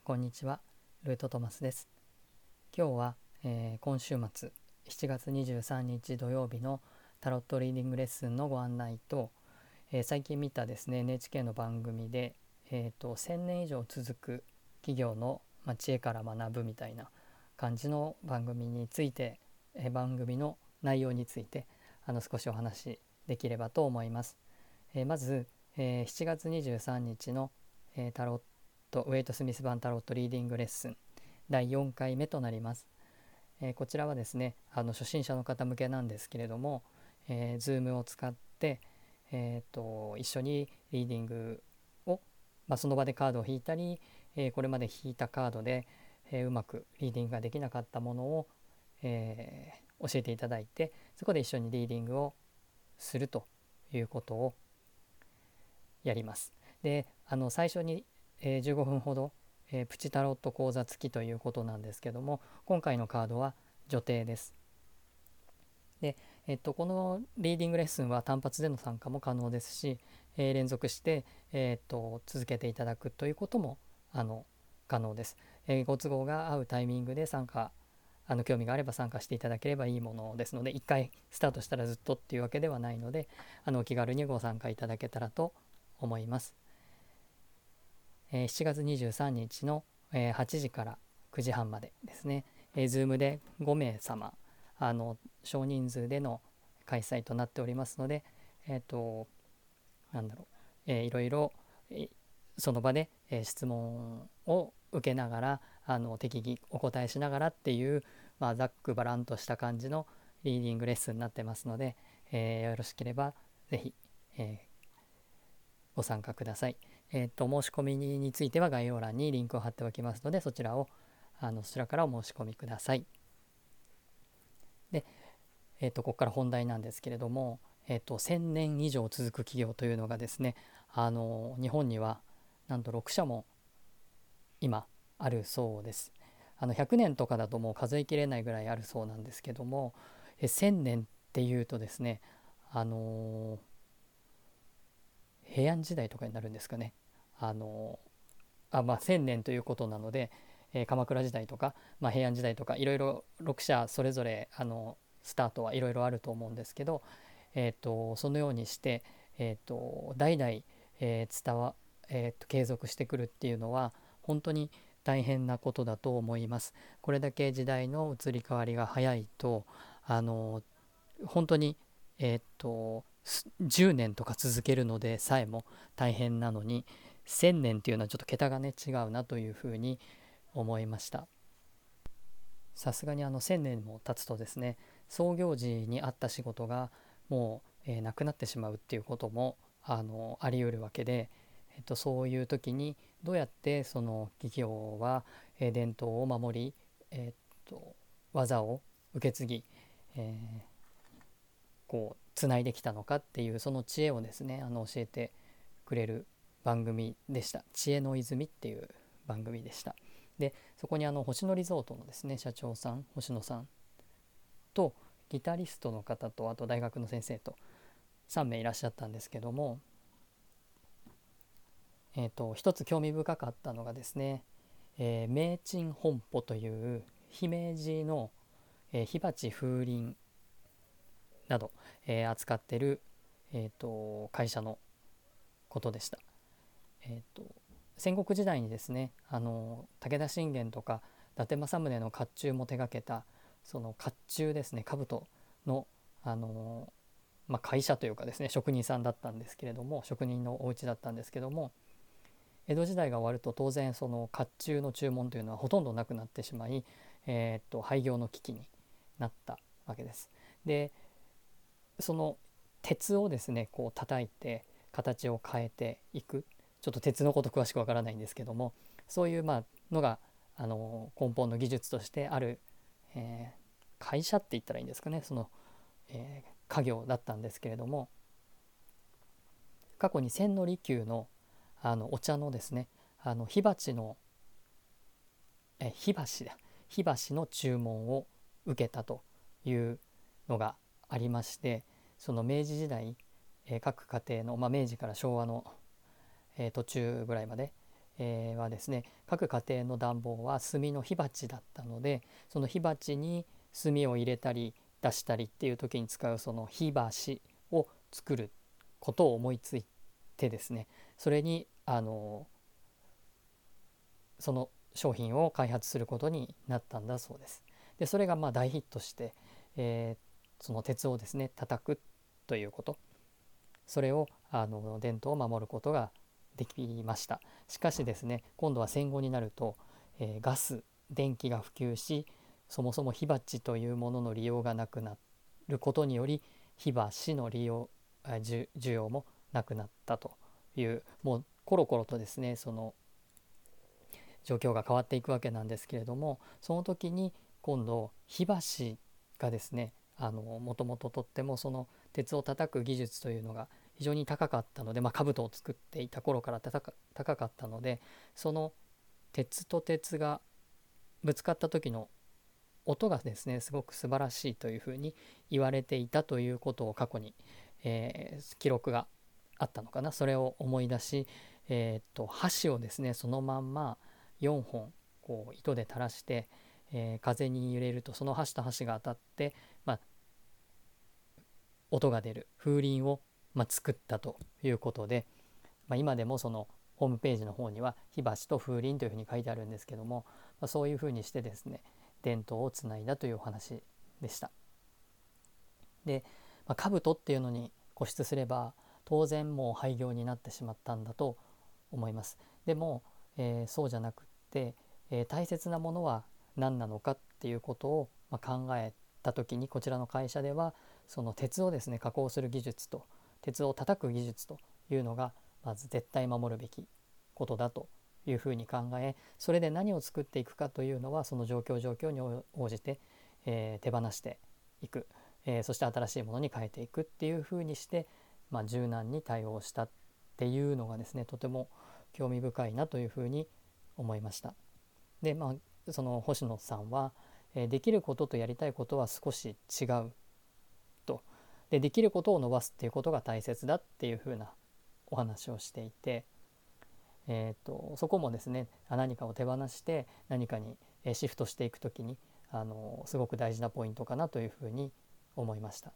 こんにちは、ルートトマスです。今日は、今週末7月23日土曜日のタロットリーディングレッスンのご案内と、最近見たですね NHK の番組で、1000年以上続く企業の、知恵から学ぶみたいな感じの番組について、番組の内容について少しお話しできればと思います。まず、7月23日の、タロットウェイト・スミス版タロットリーディングレッスン第4回目となります。こちらはですね初心者の方向けなんですけれども、Zoom を使って、一緒にリーディングを、その場でカードを引いたり、これまで引いたカードで、うまくリーディングができなかったものを、教えていただいて、そこで一緒にリーディングをするということをやります。で最初に、15分ほど、プチタロット講座付きということなんですけども、今回のカードは女帝です。で、このリーディングレッスンは単発での参加も可能ですし、連続して、続けていただくということも可能です。ご都合が合うタイミングで参加興味があれば参加していただければいいものですので、1回スタートしたらずっとっていうわけではないので、お気軽にご参加いただけたらと思います。7月23日の8時から9時半までですね、Zoom で5名様少人数での開催となっておりますので、いろいろその場で質問を受けながら適宜お答えしながらっていう、ざっくばらんとした感じのリーディングレッスンになってますので、よろしければぜひ、ご参加ください。申し込みについては概要欄にリンクを貼っておきますので、そちらからお申し込みください。で、ここから本題なんですけれども、1000年以上続く企業というのがですね、日本にはなんと6社も今あるそうです。100年とかだともう数えきれないぐらいあるそうなんですけども、1000年っていうとですね、平安時代とかになるんですかね。1000年ということなので、鎌倉時代とか、平安時代とかいろいろ6社それぞれスタートはいろいろあると思うんですけど、そのようにして、代々、継続してくるっていうのは本当に大変なことだと思います。これだけ時代の移り変わりが早いと本当に、10年とか続けるのでさえも大変なのに、1000年っていうのはちょっと桁がね違うなというふうに思いました。さすがに1000年も経つとですね、創業時にあった仕事がもう、なくなってしまうっていうこともあり得るわけで、そういう時にどうやってその企業は、伝統を守り、技を受け継ぎ、つないできたのかっていうその知恵をですね教えてくれる番組でした。知恵の泉っていう番組でした。でそこに星野リゾートのですね社長さん、星野さんとギタリストの方と、あと大学の先生と3名いらっしゃったんですけども、一つ興味深かったのがですね、明珍本舗という姫路の、火鉢風鈴など、扱ってる、会社のことでした。戦国時代にですね武田信玄とか伊達政宗の甲冑も手がけたその甲冑ですね、兜の、会社というかですね職人さんだったんですけれども、職人のお家だったんですけども、江戸時代が終わると当然その甲冑の注文というのはほとんどなくなってしまい、廃業の危機になったわけです。でその鉄をですね叩いて形を変えていく、ちょっと鉄のこと詳しくわからないんですけども、そういうのが根本の技術としてある、会社って言ったらいいんですかね、その、家業だったんですけれども、過去に千利休のお茶のですね火鉢の火箸の注文を受けたというのがありまして、その明治時代、各家庭の、明治から昭和の、途中ぐらいまで、 はですね、各家庭の暖房は炭の火鉢だったので、その火鉢に炭を入れたり出したりっていう時に使うその火箸を作ることを思いついてですね、それにその商品を開発することになったんだそうです。でそれがまあ大ヒットして、その鉄をですね叩くということ、それを伝統を守ることができました。しかしですね、今度は戦後になると、ガス電気が普及し、そもそも火鉢というものの利用がなくなることにより、火箸の需要もなくなったという、もうコロコロとですねその状況が変わっていくわけなんですけれども、その時に今度火箸がですね、もともととってもその鉄を叩く技術というのが非常に高かったので、兜を作っていた頃から高かったので、その鉄と鉄がぶつかった時の音がですねすごく素晴らしいというふうに言われていたということを過去に、記録があったのかな。それを思い出し、箸をですねそのまんま4本こう糸で垂らして、風に揺れるとその箸と箸が当たって、音が出る風鈴を、作ったということで、今でもそのホームページの方には火箸と風鈴というふうに書いてあるんですけども、そういうふうにしてですね伝統をつないだというお話でした。で、兜っていうのに固執すれば当然もう廃業になってしまったんだと思います。でも、そうじゃなくって、大切なものは何なのかっていうことを、考えた時に、こちらの会社ではその鉄をですね加工する技術と鉄を叩く技術というのがまず絶対守るべきことだというふうに考え、それで何を作っていくかというのはその状況に応じて、手放していく、そして新しいものに変えていくっていうふうにして、柔軟に対応したっていうのがですねとても興味深いなというふうに思いました。で、その星野さんは、できることとやりたいことは少し違うと。できることを伸ばすっていうことが大切だっていうふうなお話をしていて、そこもですね何かを手放して何かにシフトしていくときにすごく大事なポイントかなというふうに思いました。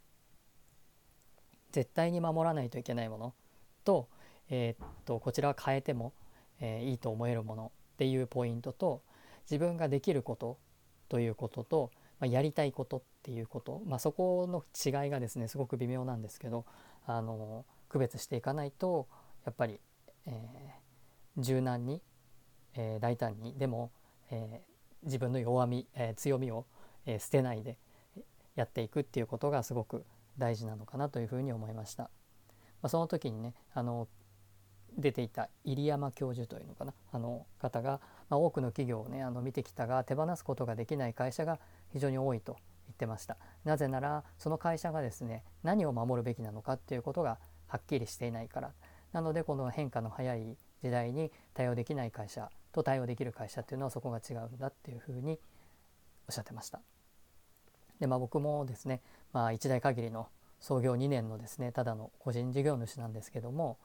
絶対に守らないといけないものと、こちらは変えても、いいと思えるものっていうポイントと、自分ができることということと、やりたいことっていうこと、そこの違いがですねすごく微妙なんですけど、区別していかないとやっぱり、柔軟に、大胆にでも、自分の強みを、捨てないでやっていくっていうことがすごく大事なのかなというふうに思いました。その時にね出ていた入山教授というのかな、方が、多くの企業をね見てきたが手放すことができない会社が非常に多いと言ってました。なぜならその会社がですね何を守るべきなのかっていうことがはっきりしていないから。なのでこの変化の早い時代に対応できない会社と対応できる会社っていうのはそこが違うんだっていうふうにおっしゃってました。で、僕もですね、一代限りの創業2年のですねただの個人事業主なんですけども、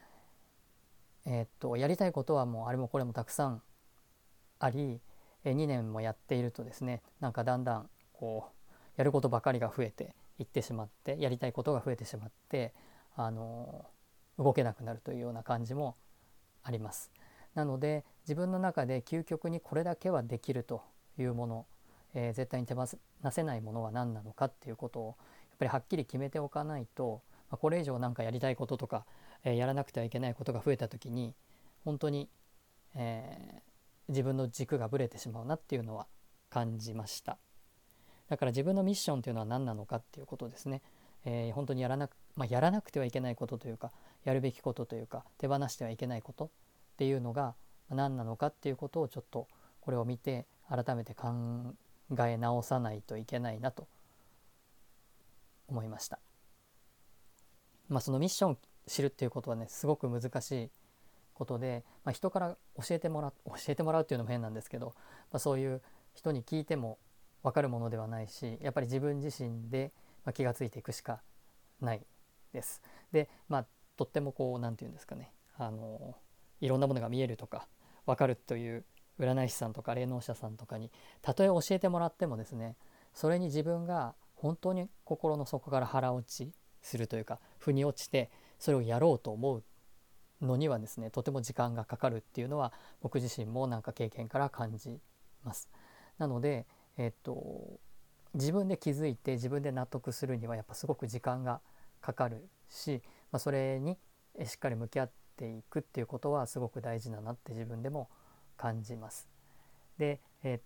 やりたいことはもうあれもこれもたくさんあり、2年もやっているとですねなんかだんだんこうやることばかりが増えていってしまって、やりたいことが増えてしまって動けなくなるというような感じもあります。なので自分の中で究極にこれだけはできるというもの、絶対に手放せないものは何なのかっていうことをやっぱりはっきり決めておかないと、これ以上なんかやりたいこととか、やらなくてはいけないことが増えた時に本当に、自分の軸がぶれてしまうなっていうのは感じました。だから自分のミッションというのは何なのかっていうことですね。本当にやらなくてはいけないことというか、やるべきことというか、手放してはいけないことっていうのが何なのかっていうことをちょっとこれを見て改めて考え直さないといけないなと思いました。そのミッションを知るっていうことはねすごく難しいことで、人から教えてもらうっていうのも変なんですけど、そういう人に聞いても分かるものではないし、やっぱり自分自身で気がついていくしかないです。でとってもこうなんていうんですかね、 いろんなものが見えるとか分かるという占い師さんとか霊能者さんとかにたとえ教えてもらってもですね、それに自分が本当に心の底から腹落ちするというか腑に落ちてそれをやろうと思うのにはですね、とても時間がかかるっていうのは僕自身もなんか経験から感じます。なので、自分で気づいて自分で納得するにはやっぱすごく時間がかかるし、それにしっかり向き合っていくっていうことはすごく大事だなって自分でも感じます。で、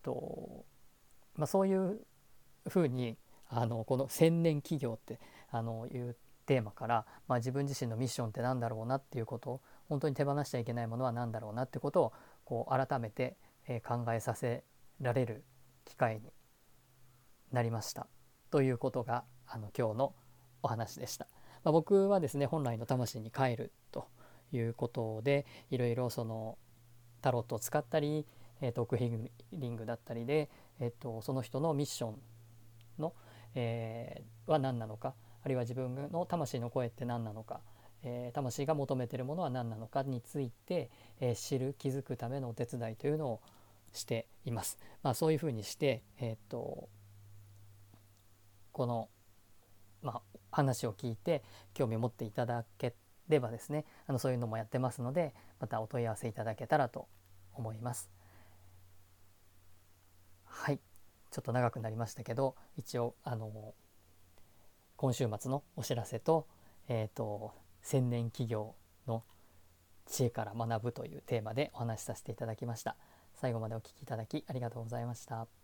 そういうふうにこの千年企業っていうテーマから、自分自身のミッションって何だろうなっていうことを、本当に手放しちゃいけないものは何だろうなってことをこう改めて考えさせられる機会になりましたということが今日のお話でした。僕はですね、本来の魂に帰るということでいろいろそのタロットを使ったり、奥ヒーリングだったりで、その人のミッションの、は何なのか、あるいは自分の魂の声って何なのか、魂が求めているものは何なのかについて、知る気づくためのお手伝いというのをしています。そういうふうにして、この、話を聞いて興味を持っていただければですね、そういうのもやってますので、またお問い合わせいただけたらと思います。はい、ちょっと長くなりましたけど、一応今週末のお知らせと、千年企業の知恵から学ぶというテーマでお話しさせていただきました。最後までお聞きいただきありがとうございました。